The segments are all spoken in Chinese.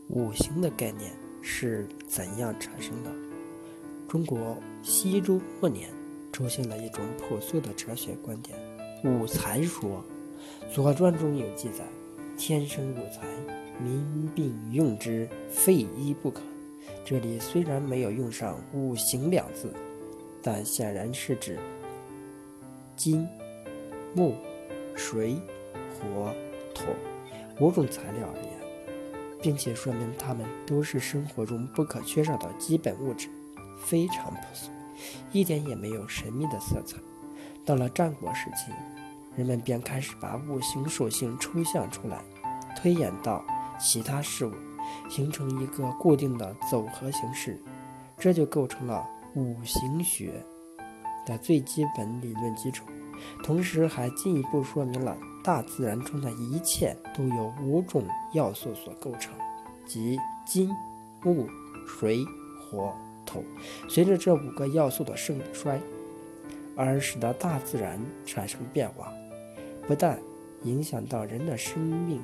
五行的概念是怎样产生的？中国西周末年出现了一种朴素的哲学观点——五才说。《左传》中有记载：“天生五才，民并用之，非一不可。”这里虽然没有用上五行两字，但显然是指金、木、水、火、土五种材料而言，并且说明它们都是生活中不可缺少的基本物质，非常朴素，一点也没有神秘的色彩。到了战国时期，人们便开始把五行属性抽象出来，推演到其他事物，形成一个固定的组合形式，这就构成了五行学的最基本理论基础。同时还进一步说明了大自然中的一切都由五种要素所构成，即金、木、水、火、土。随着这五个要素的盛衰，而使得大自然产生变化，不但影响到人的生命，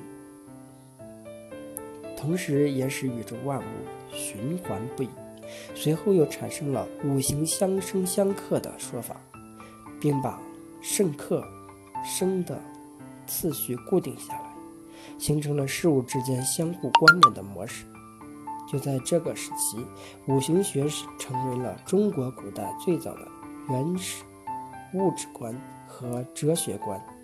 同时也使宇宙万物循环不已。随后又产生了五行相生相克的说法，并把生克生的次序固定下来，形成了事物之间相互关联的模式。就在这个时期，五行学成为了中国古代最早的原始物质观和哲学观。